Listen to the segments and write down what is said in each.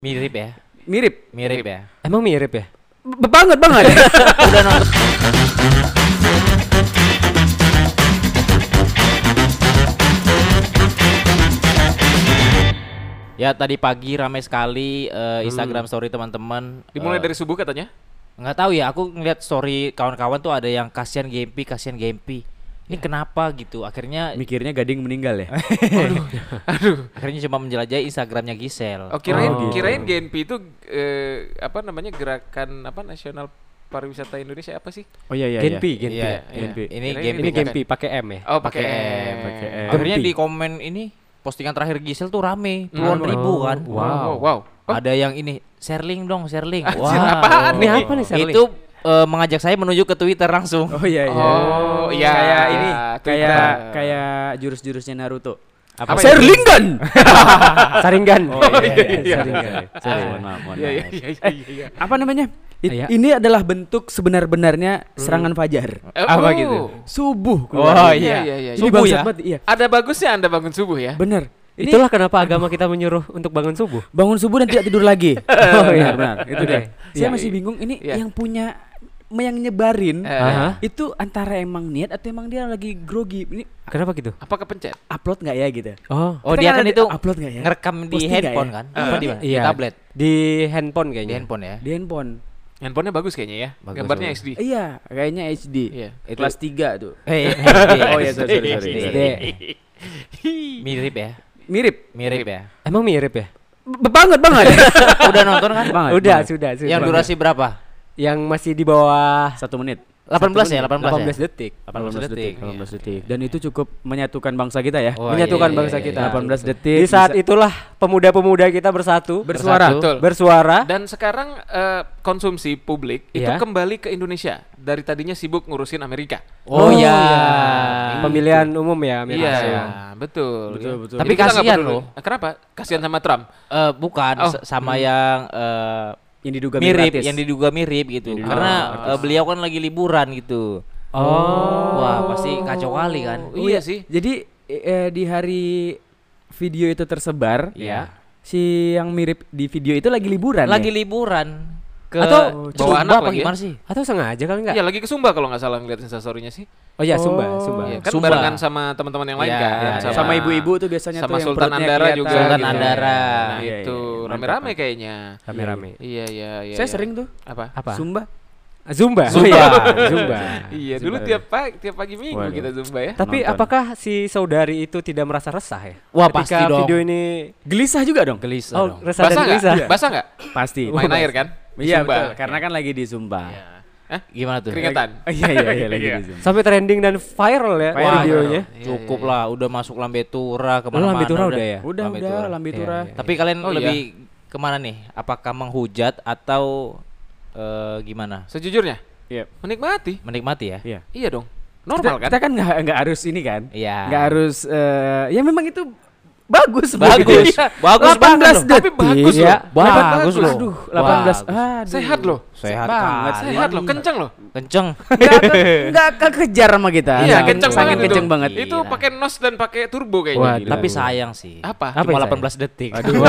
Mirip ya? Mirip. Mirip ya? Emang mirip ya? Banget. Udah nonton. Ya tadi pagi ramai sekali Instagram story teman-teman. Dimulai dari subuh katanya? Nggak tahu ya, aku ngeliat story kawan-kawan tuh ada yang kasihan Gempi. Ini kenapa gitu? Akhirnya Mikirnya Gading meninggal ya. Aduh. akhirnya cuma menjelajahi Instagramnya Gisel. Oh, kirain gitu. GNP itu gerakan nasional pariwisata Indonesia apa sih? Oh iya. Genpi. Iya, Gempi. Ini Kirain Gempi. Ini bukan. Genpi pakai M ya. Oh, pakai Pakai M. Pakai M. Akhirnya Gempi. di komen ini postingan terakhir Gisel tuh rame, puluhan Hmm. ribu kan. Wow. Oh, Ada yang ini sharing dong, sharing. Anjir, apaan Ini nih? apa nih Sherly? Itu mengajak saya menuju ke Twitter langsung. Oh iya. Oh, iya. Kayak ini, Twitter. kayak jurus-jurusnya Naruto. Apa itu? Serlingan. Saringan. Oh iya. Saringan. Mohon Iya. maaf. Apa namanya? Iya. Ini adalah bentuk sebenar-benarnya serangan fajar. Apa gitu? Subuh. Oh iya. Ini Subuh bangsat ya? banget, iya. Ada bagusnya Anda bangun subuh ya? Bener. Ini Itulah kenapa agama kita menyuruh untuk bangun subuh. bangun subuh dan tidak tidur lagi. Oh, iya. benar. Itu Oke. dia. Saya Iya. masih bingung ini Iya. yang nyebarin Aha. itu antara emang niat atau emang dia lagi grogi. Ini Kenapa gitu? Apa kepencet? upload nggak ya gitu? Oh, Oh, Kita dia kan ada itu upload nggak ya? ngerekam di Posting nggak handphone ya? kan? Apa di mana? Di iya. tablet. Di handphone Di kayaknya. handphone ya. Di handphone. Handphonenya bagus kayaknya ya. Bagus, Gambarnya bagus. HD. Iya, kayaknya HD. Iya. Kelas 3 tuh. Oh Oh iya, sorry. SD. Mirip ya? Mirip Ya. Emang mirip ya? banget. Udah nonton kan? Banget, Sudah. Yang durasi berapa? Yang masih di bawah 1 menit. 18 ya? 18 ya? detik. 18 detik. 18 detik. Dan itu cukup menyatukan bangsa kita ya. Oh, Menyatukan iya, bangsa iya, kita. iya. 18 detik. Di saat bisa itulah pemuda-pemuda kita bersatu, bersuara. Betul. bersuara. Dan sekarang konsumsi publik itu Iya. kembali ke Indonesia. Dari tadinya sibuk ngurusin Amerika. Oh iya. Pemilihan umum ya Amerika. Iya, betul. Betul. Tapi Jadi kita nggak kasihan peduli. loh. Kenapa? Kasihan sama Trump. Bukan Oh. sama yang Yang diduga mirip, artis. yang diduga mirip gitu. Yang diduga Karena artis. beliau kan lagi liburan gitu. Oh. Wah, pasti kacau kali kan. Oh, iya sih. Jadi di hari video itu tersebar, Iya. si yang mirip di video itu lagi liburan. Lagi ya? liburan ke Atau bawa Sumba anak apa lagi ya? gimana sih? Atau sengaja kali enggak? Iya, lagi ke Sumba kalau nggak salah ngeliat instastory-nya sih. Oh iya, Sumba. Iya, kan Sumba. barengan sama teman-teman yang lain Iya, kan, iya, sama ibu-ibu tuh biasanya sama tuh yang Sultan perutnya Andara kelihatan. juga. Sultan gitu. Andara. Nah, Iya, itu iya. rame-rame kayaknya. Rame-rame. Iya. Saya sering tuh Apa? Apa? Zumba. Zumba. Zumba. Oh iya, Zumba. Iya, Zumba. dulu tiap pagi minggu Waduh. kita Zumba ya. Tapi Nonton. apakah si saudari itu tidak merasa resah ya? Wah, Ketika pasti dong. video ini Gelisah juga dong. Gelisah oh, dong. resah dan Basah gelisah. nggak? Basah nggak? Pasti. Main air kan? Di Iya Sumba. betul. Karena kan lagi di Zumba. Hah? Gimana tuh? Keringetan. Iya lagi Iya. di Zumba. Sampai trending dan viral ya Viral. videonya. Iya, Cukup lah, udah masuk Lambe Tura kemana-mana. Lambe Tura udah ya? Udah Lambe Tura. Iya. Tapi kalian Oh, iya. lebih kemana nih? Apakah menghujat atau gimana? Sejujurnya, Iya. menikmati. Menikmati ya? Iya. Iya dong. Normal kita, kan? Kita kan nggak harus ini kan? Iya. Nggak harus ya memang itu bagus. Bagus. Iya. Bagus banget 18 loh. detik. Tapi bagus Iya. loh. Bagus loh. Aduh, 18. Bagus. Aduh. Sehat loh. Sehat banget. kali. Sehat loh, kenceng loh. Kenceng. Nggak kekejar sama kita. Iya, Nggak, kenceng saking banget kenceng itu. banget. Itu Gila. pakai nos dan pakai turbo kayaknya. Wah, Tapi sayang sih. Apa? Apa Cuma yang 18 detik. Aduh.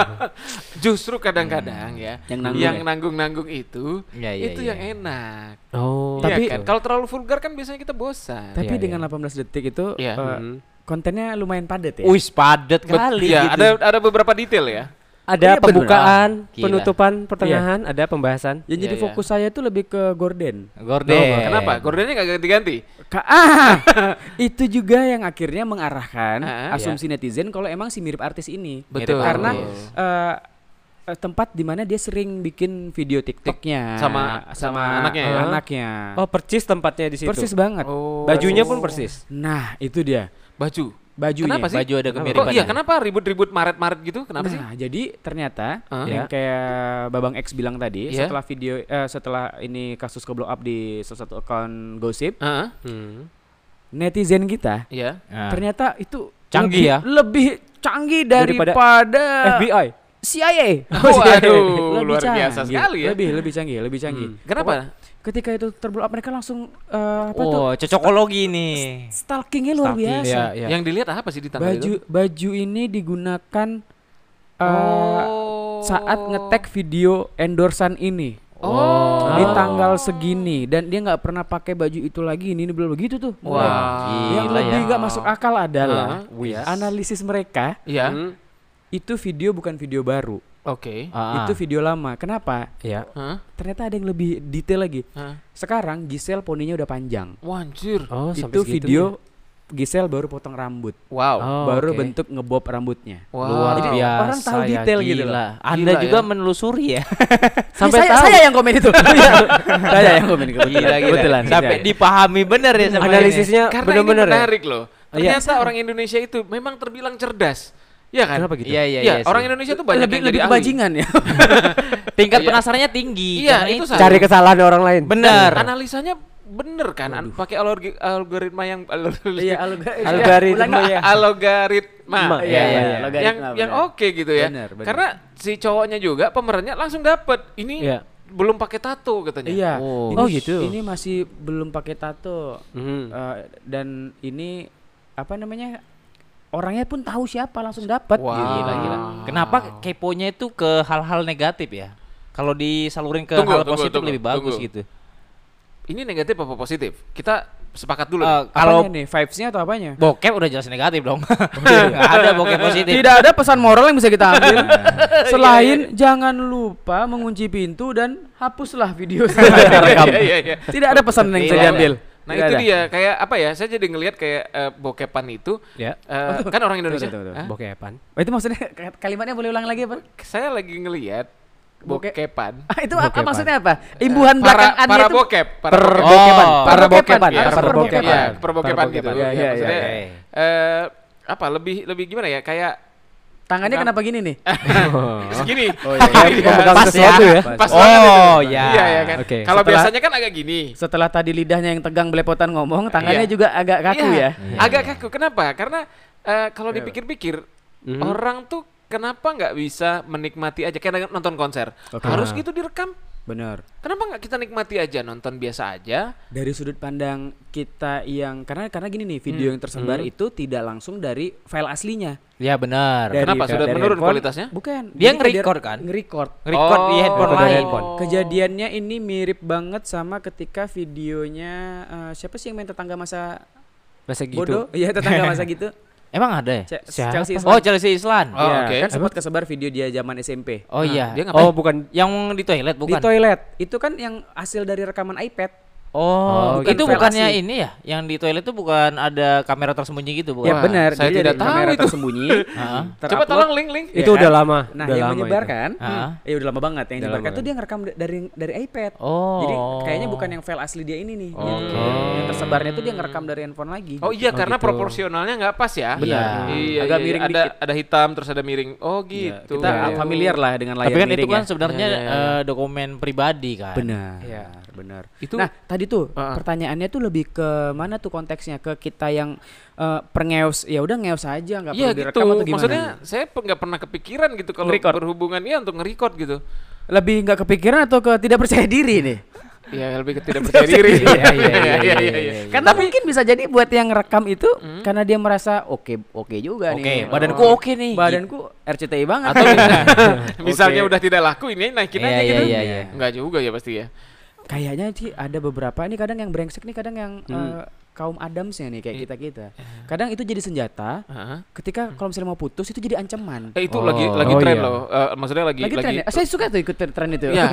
Justru kadang-kadang ya, Yang nanggung yang ya? nanggung-nanggung itu, Iya, iya, itu iya. yang enak. Oh. Tapi Tapi- kan kalau terlalu vulgar kan biasanya kita bosan. Tapi Iya, dengan iya. 18 detik itu Iya. kontennya lumayan padat ya. Wis padet kali Iya, gitu. ada beberapa detail ya. Ada Iya, pembukaan, Gila. penutupan, pertengahan, ada pembahasan. Yang jadi Iya, fokus saya itu lebih ke Gordon. Gorden. Kenapa? Gordennya nggak ganti-ganti? Itu juga yang akhirnya mengarahkan Ah, asumsi netizen kalau emang si mirip artis ini. Betul. Karena artis. tempat di mana dia sering bikin video TikToknya sama anaknya ya? anaknya. Oh, persis tempatnya di situ. Persis banget. Oh. Bajunya pun persis. Nah, itu dia. Baju. Bajunya. Kenapa sih? Baju ada Kok kemiripan. iya, ya? kenapa ribut-ribut Maret-Maret gitu? Kenapa sih? Nah, jadi ternyata Hah? yang kayak Babang X bilang tadi, Iya. setelah video setelah ini kasus ke blow up di salah satu akun gosip, Heeh. netizen kita Iya. Nah. ternyata itu Canggih ya? lebih canggih Daripada daripada FBI. CIA. Waduh, Lebih luar biasa canggih. sekali ya. Lebih canggih. Kenapa? Ketika itu terblow up mereka langsung apa tuh? Oh, cocokologi nih. Stalkingnya luar Stalking, biasa. Yang dilihat apa sih di tanggal itu? Baju ini digunakan eh, saat nge-tag video endorsan ini. Oh. Di tanggal segini dan dia nggak pernah pakai baju itu lagi, ini belum begitu tuh. Wah, Yang gila lebih ya. nggak masuk akal adalah Wih. analisis mereka Iya. itu video bukan video baru, Oke. itu video lama. Kenapa? Ya. Hah? Ternyata ada yang lebih detail lagi. Hah? Sekarang Giselle poninya udah panjang. Wah, anjir. Oh, Itu video Giselle baru potong rambut, Wow. Oh, baru oke. bentuk ngebob rambutnya. Wow. Luar Jadi biasa. orang tahu ya, detail gitu gila. loh. Anda Gila juga ya. menelusuri ya. Sampai saya yang komen itu. Saya yang komen itu. Gila, gila. Kebetulan. Sampai Iya. dipahami bener ya sama Analisisnya Karena benar-benar ini ya. menarik loh. Iya. Ternyata orang Indonesia itu memang terbilang cerdas. Iya kan? Kenapa gitu? Iya, iya, Iya, iya. orang sih. Indonesia tuh banyak lebih yang lebih jadi ahli. kebajingan ya. Tingkat Iya. penasarannya tinggi. Iya, karena itu salah. Cari kesalahan orang lain. Bener. Analisanya bener kan? Pakai algoritma yang Iya, Algoritma ya. algoritma. Iya, iya, yang logaritma, yang benar. oke gitu ya. Benar, benar. Karena si cowoknya juga pemerannya langsung dapet. Ini Iya. belum pakai tato katanya. Iya. Oh. Ini, Oh, gitu. Ini masih belum pakai tato. Mhm. Dan ini apa namanya? Orangnya pun tahu siapa, langsung dapat. Wah. Gila, gila. Kenapa keponya itu ke hal-hal negatif ya? Kalau disalurin ke Tunggu, hal tunggu, positif tunggu, lebih bagus tunggu. gitu. Ini negatif apa positif? Kita sepakat dulu. Eh, Kalau kalau nih vibes-nya atau apanya? bokep udah jelas negatif dong. Nggak ada bokep positif. Tidak ada pesan moral yang bisa kita ambil selain jangan lupa mengunci pintu dan hapuslah video setelah kita rekam. Iya. Tidak ada pesan yang bisa Iya. diambil. Nah Tidak itu ada. dia kayak apa ya? Saya jadi ngelihat kayak bokepan itu Ya. kan orang Indonesia. Tunggu. Hah? Bokepan. Oh, itu maksudnya kalimatnya boleh ulang lagi apa? Saya lagi ngelihat Boke- bokepan. Itu apa Bokepan. maksudnya apa? Imbuhan belakang para Anda itu bokep, para Per bokep. bokepan. Oh. Para bokepan. Iya, Para per bokepan. Iya, perbokepan Para gitu. bokepan. Iya, Ya, iya, maksudnya, iya. apa lebih gimana ya? Kayak tangannya kenapa gini nih? segini. Kayak memegang Pas sesuatu ya. ya. Pas Oh, banget itu. ya. Iya ya kan. Oke. Kalau Setelah- biasanya kan agak gini. Setelah tadi lidahnya yang tegang belepotan ngomong, tangannya Iya. juga agak kaku Iya, ya. agak kaku. Kenapa? Karena kalau dipikir-pikir orang tuh kenapa nggak bisa menikmati aja kayak nonton konser? Harus gitu direkam. Benar. Kenapa nggak kita nikmati aja, nonton biasa aja? Dari sudut pandang kita yang karena gini nih, video yang tersebar itu tidak langsung dari file aslinya. Ya benar. Dari- Kenapa? Sudah dari menurun handphone. kualitasnya? Bukan. Dia Jadi nge-record kan? Nge-record. Record di handphone record dari lain. handphone. Kejadiannya ini mirip banget sama ketika videonya siapa sih yang main tetangga masa Masa gitu. bodoh? Iya, tetangga masa gitu. Emang ada ya? Siapa? Chelsea Oh, Islan. Chelsea Islan. Oh, Iya, oke. kan sempat kesebar video dia zaman SMP. Oh iya. Dia ngapain? Oh, bukan. Yang di toilet Di bukan? toilet. Itu kan yang hasil dari rekaman iPad. Oh, bukan itu file bukannya asli. ini ya? Yang di toilet itu bukan ada kamera tersembunyi gitu, bukan? Ya benar, saya dia tidak dari tahu kamera itu. tersembunyi. Heeh. Coba terupload. tolong link. Iya Itu kan? udah lama. Nah, udah yang lama itu. menyebarkan, Heeh. ya udah lama banget. Yang Udah menyebarkan lama tuh dia ngerekam dari iPad. Oh. Jadi kayaknya bukan yang file asli dia ini nih. Oke. Yang tersebarnya tuh dia ngerekam dari handphone lagi. Oh iya, karena gitu. proporsionalnya nggak pas ya. Benar. Iya, Agak iya, miring ada dikit. ada hitam terus ada miring. Oh Iya, gitu. kita Iya. familiar lah dengan layar Tapi kan itu miring kan ya. sebenarnya Iya, iya, iya. dokumen pribadi kan. Benar. Iya. Benar. Itu- Nah, tadi tuh pertanyaannya tuh lebih ke mana tuh konteksnya? Ke kita yang perngeos, ya udah ngeos aja nggak Iya perlu gitu. direkam atau gimana? Maksudnya saya nggak pernah kepikiran gitu kalau Nge-record. berhubungan ya untuk nge-record gitu. lebih nggak kepikiran atau ke tidak percaya diri nih? Iya, lebih ke tidak percaya diri. Iya. Karena mungkin bisa jadi buat yang ngerekam itu karena dia merasa oke juga Oke, nih. badanku oke nih. Badanku RCTI banget. Atau misalnya udah tidak laku ini naikin Iya, aja iya, gitu. iya, iya. Enggak juga ya pasti ya. Kayaknya sih ada beberapa ini kadang yang brengsek nih, kadang yang kaum Adamsnya nih kayak kita. Kadang itu jadi senjata. Heeh. Ketika kalau misalnya mau putus itu jadi ancaman. Itu Oh. lagi Oh, tren iya. loh. Maksudnya lagi Tren ya? Saya suka tuh ikut tren itu. Iya.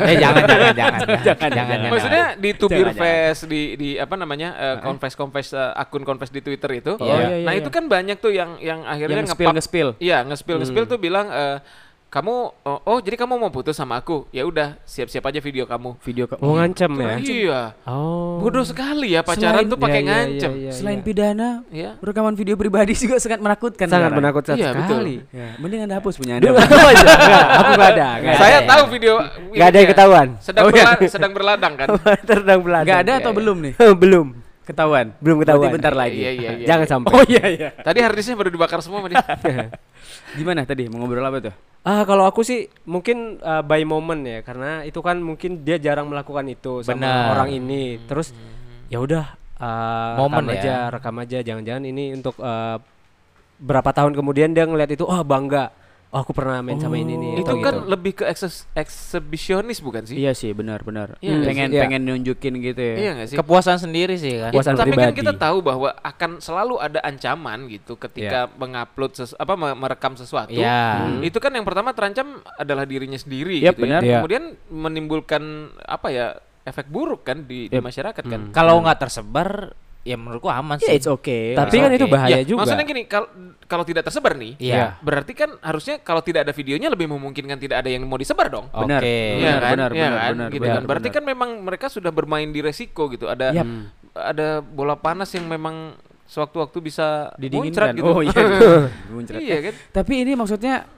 Jangan. Maksudnya di Tubir Jangan, Fest di apa namanya confess akun confess di Twitter itu. Oh, iya, Nah, iya, itu iya. kan banyak tuh yang akhirnya Yang nge-pub. nge-spill. Iya, nge-spill tuh bilang kamu jadi kamu mau putus sama aku. Ya udah, siap-siap aja video kamu. Video Mau ngancem ya. Iya. Oh. Bodoh sekali ya pacaran Selain- tuh pakai Iya, iya, ngancem. iya, iya. Selain pidana, Iya. rekaman video pribadi juga sangat menakutkan. Sangat sekarang. menakutkan Iya, betul. sekali. Ya, mending Anda hapus punya Anda. Enggak, aku enggak ada. Saya tahu video Enggak ada yang ketahuan. sedang berladang kan. Terdang belakang. Nggak ada atau Iya, belum nih? Belum. Ketahuan. Belum ketahuan. Berarti bentar lagi. Iya. Jangan sampai. Oh iya. Tadi harddisknya baru dibakar semua sama dia. Gimana tadi mau ngobrol apa tuh? Kalau aku sih mungkin by moment ya, karena itu kan mungkin dia jarang melakukan itu sama Benar. orang ini. Terus ya udah Momen rekam aja, jangan-jangan ini untuk berapa tahun kemudian dia ngeliat itu, bangga. oh aku pernah main sama ini nih. Itu atau kan gitu. lebih ke eksibisionis bukan sih? Iya sih, benar-benar. Iya nggak pengen sih? Iya. pengen nunjukin gitu ya. Iya nggak sih? Kepuasan sendiri sih kan. Kepuasan Tapi kan pribadi. kita tahu bahwa akan selalu ada ancaman gitu ketika mengupload merekam sesuatu. Iya. Itu kan yang pertama terancam adalah dirinya sendiri Yap, gitu benar. ya. Iya. Kemudian menimbulkan apa ya efek buruk kan di masyarakat kan. Kalau nggak tersebar, ya menurutku aman Ya sih. it's okay. Tapi kan Oke. itu bahaya juga. Maksudnya gini, kalau tidak tersebar nih, Iya. berarti kan harusnya kalau tidak ada videonya lebih memungkinkan tidak ada yang mau disebar dong. Benar. Oke. Iya Benar, kan? benar, Iya benar, kan? benar, Gitu benar, kan. Berarti benar. kan memang mereka sudah bermain di resiko gitu. Yap. Ada bola panas yang memang sewaktu-waktu bisa Didinginkan. muncrat gitu. Oh iya. Muncrat. Iya kan? Tapi ini maksudnya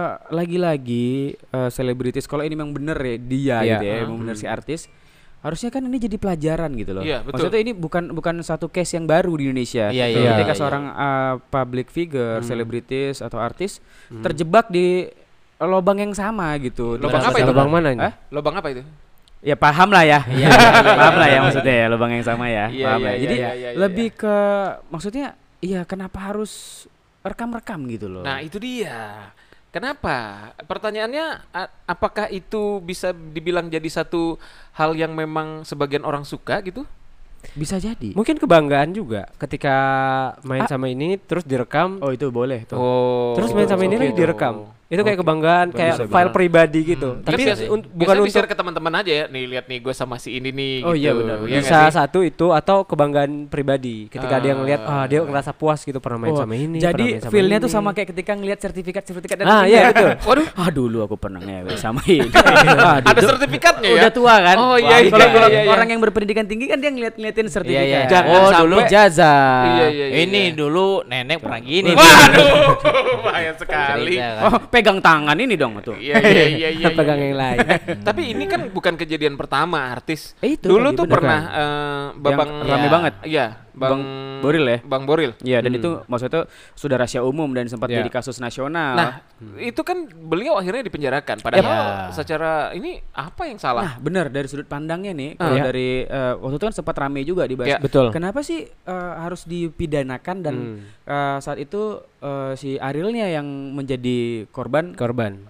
lagi-lagi selebritis kalau ini memang bener ya dia Iya. gitu ya, memang bener si artis. Harusnya kan ini jadi pelajaran gitu loh. Iya, betul. Maksudnya ini bukan satu case yang baru di Indonesia. Iya, iya, Ketika iya. seorang public figure, selebritis atau artis terjebak di lubang yang sama gitu. Lubang Dengan apa itu? sesuatu- Lubang mana ini? Hah? Lubang apa itu? Ya paham lah ya. Iya, paham lah ya maksudnya ya lubang yang sama ya. Iya, Paham iya, lah. iya, Jadi iya, iya, iya. lebih ke maksudnya iya kenapa harus rekam-rekam gitu loh. Nah, itu dia. Kenapa? Pertanyaannya apakah itu bisa dibilang jadi satu hal yang memang sebagian orang suka gitu? Bisa jadi. Mungkin kebanggaan juga ketika main sama ini terus direkam, Oh itu boleh tuh. Oh. terus main sama ini oke lagi tuh. direkam. Itu kayak kebanggaan, kayak Bisa, file pribadi gitu. Tapi Tapi bukan bukan untuk share ke teman-teman aja ya. Nih lihat nih gue sama si ini nih. Oh, iya, gitu. benar, benar. Iya bisa nggak sih? satu itu atau kebanggaan pribadi ketika dia ngelihat dia ngerasa puas gitu pernah main Oh, sama ini. jadi pernah main sama feel-nya ini. tuh sama kayak ketika ngelihat sertifikat dan Ah, ini iya, ya. betul. Waduh, Ah dulu aku pernah ngewe sama ini. Ah, ada dulu- sertifikatnya ya. Udah tua kan? Oh, iya, Wah, iya, kalau iya, iya. orang yang berpendidikan tinggi kan dia ngeliatin Iya, sertifikat. iya. Jangan Oh, sampai- dulu ijazah. Iya, iya, iya. Ini dulu nenek pernah gini. Waduh, bahaya sekali. Cerita kan. Oh, pegang tangan ini dong tuh. Iya, iya, iya, iya. pegang yang lain. Tapi ini kan bukan kejadian pertama artis. Itu Dulu tadi, tuh bener pernah Babang rame Iya. banget. Iya, Bang Boril ya? Bang Boril. Iya, dan itu maksudnya sudah rahasia umum dan sempat Iya. jadi kasus nasional. Nah, itu kan beliau akhirnya dipenjarakan. Padahal Iya. secara ini apa yang salah? Nah, benar dari sudut pandangnya nih, kalau Iya. dari waktu itu kan sempat rame juga dibahas. Iya. Betul. Kenapa sih harus dipidanakan dan saat itu si Arielnya yang menjadi korban Korban.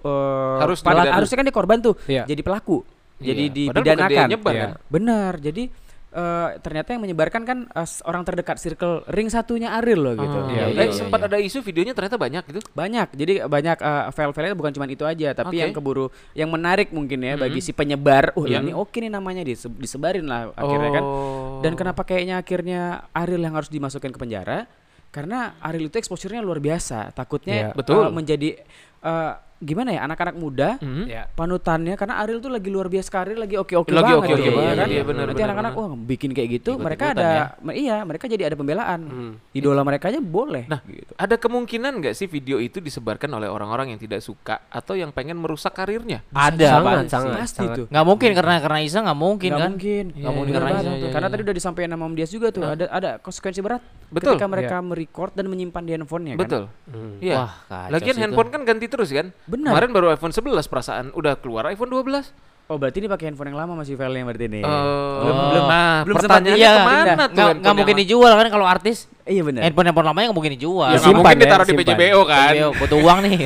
harusnya kan dia korban tuh, Iya. jadi pelaku. Jadi Iya. Padahal bukan dia dipidanakan. yang nyebar, Iya. kan? Benar. Jadi ternyata yang menyebarkan kan orang terdekat circle ring satunya Ariel loh gitu. Iya, Sempat ada isu videonya ternyata banyak gitu. Banyak. Jadi banyak file-filenya bukan cuma itu aja, tapi Oke. yang keburu yang menarik mungkin ya bagi si penyebar. Iya. Ini oke nih namanya disebarin lah akhirnya kan. Dan kenapa kayaknya akhirnya Ariel yang harus dimasukkan ke penjara? Karena Ariel itu exposure-nya luar biasa. Takutnya Iya. Betul. menjadi gimana ya anak-anak muda Ya. panutannya karena Ariel tuh lagi luar biasa karir lagi oke-oke Lagi banget oke-oke gitu, banget, kan? iya, benar, Nanti benar, anak-anak benar. wah bikin kayak gitu mereka Ikut-ikutan ada iya mereka jadi ada pembelaan. Idola mereka aja boleh Nah, gitu. ada kemungkinan nggak sih video itu disebarkan oleh orang-orang yang tidak suka atau yang pengen merusak karirnya? Ada sangat, pasti. sangat, Pasti sangat. tuh. Nggak mungkin karena Isa nggak mungkin Nggak kan? mungkin. Nggak mungkin Bener karena banget Isa. tuh. Karena tadi udah disampaikan sama Om Dias juga tuh ada konsekuensi berat Betul. ketika mereka merecord dan menyimpan di handphonenya kan. Betul. Iya. Wah, kacau Lagian sih itu. handphone kan ganti terus kan? Benar. Kemarin baru iPhone 11 perasaan udah keluar iPhone 12. Oh berarti ini pakai handphone yang lama masih filenya berarti nih. Nah, belum sempat pertanyaannya Iya, kemana tuh? nggak handphone mungkin yang- dijual kan kalau artis. Iya benar. Handphone lamanya nggak mungkin dijual. Ya, Ya, nggak simpan mungkin ya, ditaruh di simpan. PJBO kan? Iya, butuh uang nih.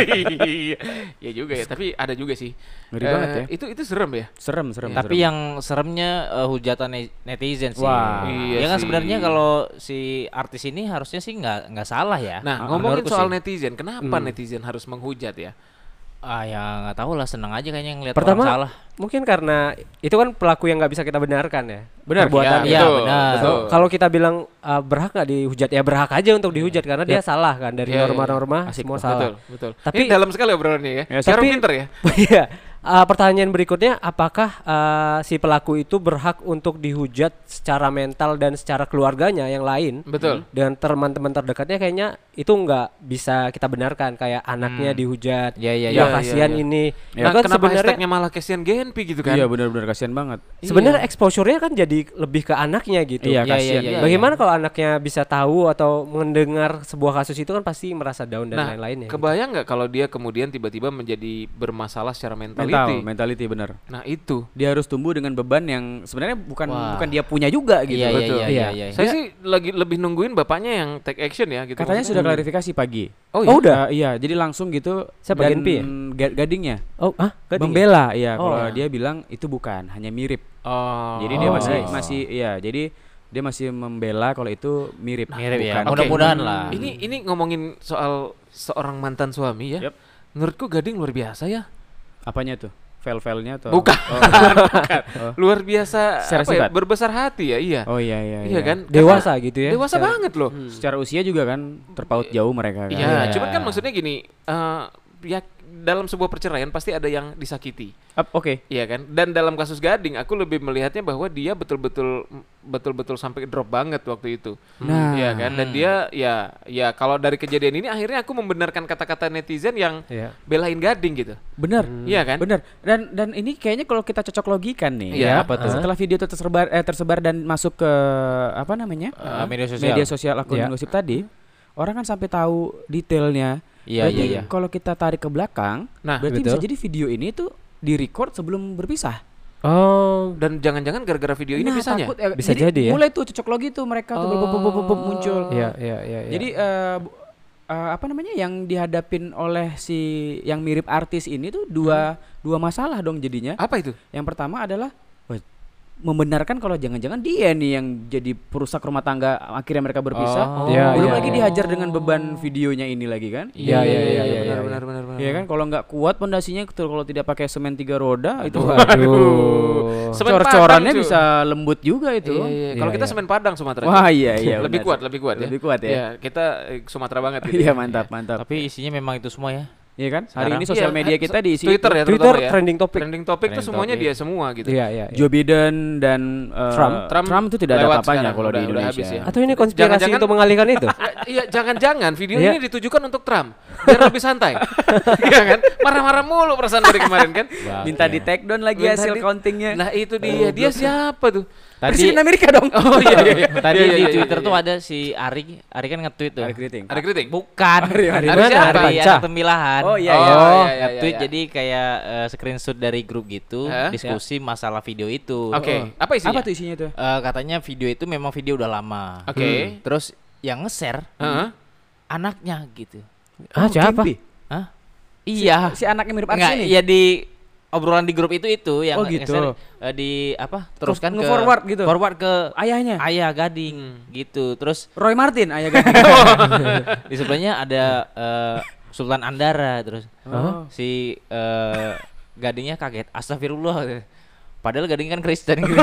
Iya juga ya, tapi ada juga sih. Ngeri banget ya. Itu serem ya. Serem. Tapi yang seremnya hujatan netizen sih. Wah. Iya Ya kan sih. sebenarnya kalau si artis ini harusnya sih nggak salah ya. Nah, ngomongin menurutku soal sih. netizen, kenapa netizen harus menghujat ya? Ya nggak tahu lah, seneng aja kayaknya ngeliat Pertama, orang salah. mungkin karena itu kan pelaku yang nggak bisa kita benarkan ya. Benar. Perbuatan Iya, itu. benar. betul. Kalau kita bilang berhak nggak dihujat ya berhak aja untuk dihujat karena dia salah kan dari Iya, iya. norma-norma semua salah. Betul. Tapi- Ini dalam sekali obrolannya ya. Ya, Cara tapi- pinter ya. Iya. Pertanyaan berikutnya, apakah si pelaku itu berhak untuk dihujat secara mental dan secara keluarganya yang lain? Betul. Dan teman-teman terdekatnya kayaknya itu nggak bisa kita benarkan, kayak anaknya dihujat. Iya, iya, Ya iya. kasihan Iya, iya. ini. Nah, kan kenapa sebenarnya hashtagnya malah kasihan Genpi gitu kan? Iya benar-benar kasihan banget. sebenarnya exposure-nya kan jadi lebih ke anaknya gitu. Iya, Iya, kasihan. iya, iya. Bagaimana kalau anaknya bisa tahu atau mendengar sebuah kasus itu kan pasti merasa down dan Nah, lain-lainnya. kebayang nggak kalau dia kemudian tiba-tiba menjadi bermasalah secara mental? Mental mentality benar. Nah itu. Dia harus tumbuh dengan beban yang sebenarnya bukan Wah. bukan dia punya juga gitu. Iya, Betul. iya. Saya sih lagi lebih nungguin bapaknya yang take action ya gitu. Katanya sudah Maksudnya- klarifikasi pagi. Oh, iya? Oh, udah? Iya, jadi langsung gitu. Siapa, dan Genpi ya? Gadingnya Oh, Gading ya? membela, iya. Oh. Kalau dia bilang itu bukan, hanya mirip. Oh. Jadi dia masih nice. masih iya. Jadi dia masih membela kalau itu mirip. Mirip ya. bukan. Oke. Mudah-mudahan lah. Ini ngomongin soal seorang mantan suami ya. Yep. Menurutku Gading luar biasa ya. Apanya tuh? File-filenya atau? Bukan. Oh. Luar biasa Secara apa ya? sifat? Berbesar hati ya, iya. Oh iya iya. Iya kan? Dewasa gitu ya. Dewasa Secara- banget loh. Secara usia juga kan terpaut jauh mereka kan. Iya, Iya. cuman kan maksudnya gini, ya dalam sebuah perceraian pasti ada yang disakiti. Oke. Iya kan? Dan dalam kasus Gading aku lebih melihatnya bahwa dia betul-betul sampai drop banget waktu itu. Nah. Iya kan? Dan dia ya kalau dari kejadian ini akhirnya aku membenarkan kata-kata netizen yang Iya. belain Gading gitu. Bener. Iya kan? Bener. Dan ini kayaknya kalau kita cocok logikan nih. Iya, apa tuh? Setelah video itu tersebar dan masuk ke apa namanya? Media sosial. Media sosial akun Iya. gosip tadi, orang kan sampai tahu detailnya. Iya, Berarti iya. kalau kita tarik ke belakang, Nah, berarti betul. bisa jadi video ini tuh direcord sebelum berpisah. Oh, Dan jangan-jangan gara-gara video ini Nah, bisanya. takut, Bisa jadi ya. Mulai tuh cocok logi tuh mereka tuh muncul. iya iya iya. iya. Jadi apa namanya yang dihadapin oleh si yang mirip artis ini tuh dua masalah dong jadinya. Apa itu? Yang pertama adalah membenarkan kalau jangan-jangan dia nih yang jadi perusak rumah tangga akhirnya mereka berpisah. Oh, iya, Belum iya, lagi iya. dihajar dengan beban videonya ini lagi kan. Iya, iya, iya, iya, benar, iya. benar. Iya kan kalau nggak kuat pondasinya kalau tidak pakai semen 3 roda itu Waduh. Semen cor-corannya Padang, cu. bisa lembut juga itu. Iya, iya. Kalau Iya, kita iya. semen Padang Sumatera. Wah iya iya. lebih benar. kuat ya. Lebih kuat ya. Iya, kita Sumatera banget gitu. Iya ya. mantap mantap. Tapi isinya memang itu semua ya. Iya kan? Hari Sekarang- ini sosial Iya, media kita diisi Twitter itu. ya Twitter terutama ya. trending topic. Trending topik tuh Trending semuanya topic. dia semua gitu. Iya iya. Joe Biden dan Trump. itu tidak ada lewat apa-apanya sekarang, kalau di udah Indonesia. habis ya. Atau ini konspirasi Jangan-jangan- untuk mengalihkan itu? Iya, jangan-jangan video Iya. ini ditujukan untuk Trump biar lebih santai. Iya kan? Marah-marah mulu perasaan dari kemarin kan? Minta di take down lagi Minta hasil di- countingnya. Nah, itu dia siapa tuh? Presiden Amerika dong. Oh iya iya. Tadi Iya, iya, di iya, Twitter iya. tuh ada si Ari kan nge-tweet tuh. Ari Kriting. Ada kritik. Bukan. Ari Ari mana? siapa? Ari Ari Panca. anak pemilahan. Oh iya Oh, iya. iya, iya, Nge-tweet iya. jadi kayak screenshot dari grup gitu, Hah? diskusi masalah video itu. Oke, apa isinya? Apa tuh isinya tuh? Katanya video itu memang video udah lama. Oke. Terus yang nge-share Heeh. anaknya gitu. Ah, siapa? Kimpi? Hah? Iya. Si anaknya mirip artis Enggak, ini. iya di obrolan di grup itu yang Oh, gitu. nge-share, di apa? Teruskan ke nge-forward gitu? Forward ke Ayahnya. ayah Gading gitu. Terus Roy Martin ayah ganti. di sebelahnya ada Sultan Andara terus Oh. si Gadingnya kaget astagfirullah padahal Gading kan Kristen gitu.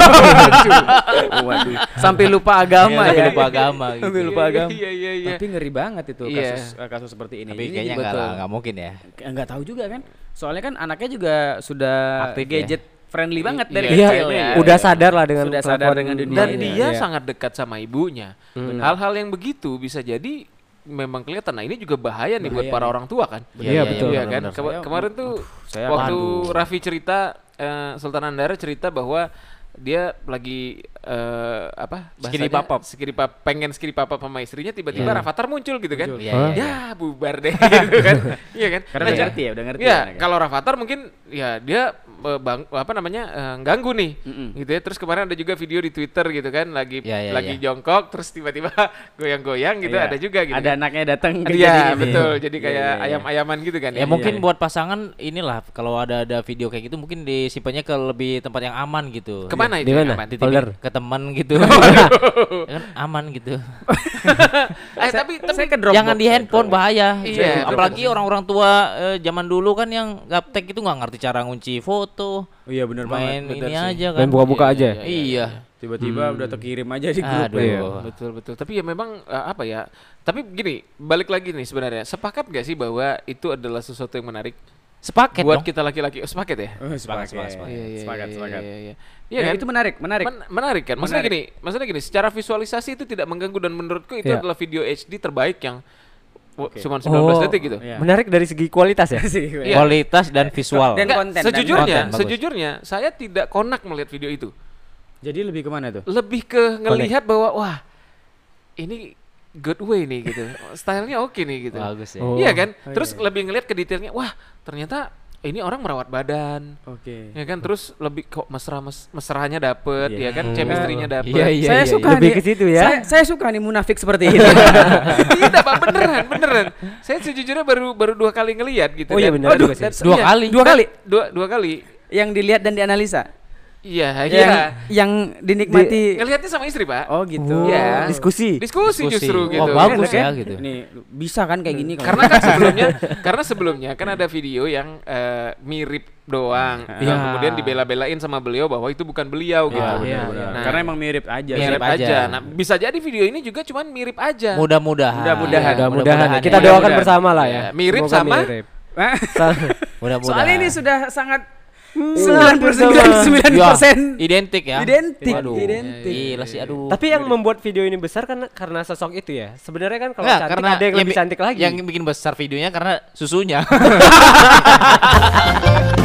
Waduh. Sampai lupa agama Sampai ya. lupa agama gitu. Sampai lupa agama. Iya iya iya. Tapi ngeri banget itu Iya. kasus seperti ini. Tapi Ini kayaknya betul. nggak mungkin ya. Nggak tahu juga kan. Soalnya kan anaknya juga sudah Aktif ya. gadget friendly banget dari Iya, kecil iya, ya. Udah sadar lah dengan Sudah sadar kelakuan dengan dunia Dan ini. dia Iya. sangat dekat sama ibunya. Hal-hal yang begitu bisa jadi memang kelihatan. Nah, ini juga bahaya nih buat Bahaya para nih. orang tua kan. Iya, betul. Iya kan? benar-benar. Saya- Kemarin tuh saya waktu waduh. Raffi cerita Sultan Andara cerita bahwa dia lagi Skiri papap. pengen skiri papap sama istrinya tiba-tiba Iya. Rafathar muncul gitu kan. Iya, Hah? iya, iya. Ya bubar deh gitu kan. Iya kan? Karena Nah, udah ngerti ya, udah ngerti. Iya, anaknya. kalau Rafathar mungkin ya dia ganggu nih. Mm-mm. Gitu ya. Terus kemarin ada juga video di Twitter gitu kan lagi Iya, iya, lagi iya. jongkok terus tiba-tiba goyang-goyang gitu Iya. ada juga gitu. Ada kan. anaknya datang ke Iya, jadi ini. betul. Jadi Iya, kayak iya, iya. ayam-ayaman gitu kan. Ya mungkin Iya. buat pasangan inilah kalau ada video kayak gitu mungkin disimpannya ke lebih tempat yang aman gitu. Kemana itu? Di mana? Aman? Folder. Ke teman gitu. Ya kan aman gitu. Tapi Saya ke Dropbox. Jangan di handphone bahaya. Iya, Apalagi orang-orang tua zaman dulu kan yang gaptek itu nggak ngerti cara ngunci foto. Oh iya benar Main banget. benar ini sih. aja kan. Main buka-buka aja. Iya. Tiba-tiba udah terkirim aja di grup. Aduh. ya. Betul betul. Tapi ya memang apa ya? Tapi gini, balik lagi nih sebenarnya. Sepakat gak sih bahwa itu adalah sesuatu yang menarik Sepaket buat dong. kita laki-laki? Oh, sepaket ya? Oh, sepakat. sepakat. Sepakat, sepakat. Iya Ya, kan? itu menarik. Menarik kan? Maksudnya gini, secara visualisasi itu tidak mengganggu dan menurutku itu Iya. adalah video HD terbaik yang cuma 19 Oh, detik gitu. Iya. Menarik dari segi kualitas ya? Iya. Kualitas dan visual. Dan Enggak, konten, dan sejujurnya, konten, bagus. sejujurnya saya tidak konak melihat video itu. Jadi lebih kemana tuh? Lebih ke ngelihat bahwa wah, ini good way nih gitu. Stylenya oke nih gitu. Bagus ya. Oh. Iya kan? Oh, Terus iya. lebih ngelihat ke detailnya. Wah, ternyata ini orang merawat badan. Oke. Ya kan, terus lebih kok mesranya dapet, Iya. ya kan, chemistry-nya dapet. Iya, Saya suka Lebih nih. ke situ ya. Saya suka nih munafik seperti ini. Tidak, Pak, beneran. Saya sejujurnya baru 2 kali ngelihat gitu. Oh iya, dan- bener juga dan- sih. Dua kali. Dua kali Dua kali. yang dilihat dan dianalisa. Iya, Yang dinikmati. Ngelihatnya sama istri, Pak. Oh gitu. Iya. Diskusi. Diskusi justru gitu. Oh, bagus Enak ya gitu. Nih bisa kan kayak gini kalau- Karena kan sebelumnya kan ada video yang mirip doang. Iya. Kemudian dibela-belain sama beliau bahwa itu bukan beliau gitu. Iya, Nah, Karena emang mirip aja. Mirip mirip aja. aja. Nah, bisa jadi video ini juga cuman mirip aja. Mudah-mudahan. Mudah-mudahan. Mudah-mudahan ya. Kita ya. doakan Mudah-mudahan. bersama lah ya. Ya, mirip Semoga sama- mirip. Mudah-mudahan. Soalnya ini sudah sangat hampir 99% identik ya. Identik, Waduh. identik. Gila sih, aduh. Tapi yang membuat video ini besar karena sosok itu ya. Sebenarnya kan kalau Enggak, cantik karena ada yang lebih cantik lagi. Yang bikin besar videonya karena susunya.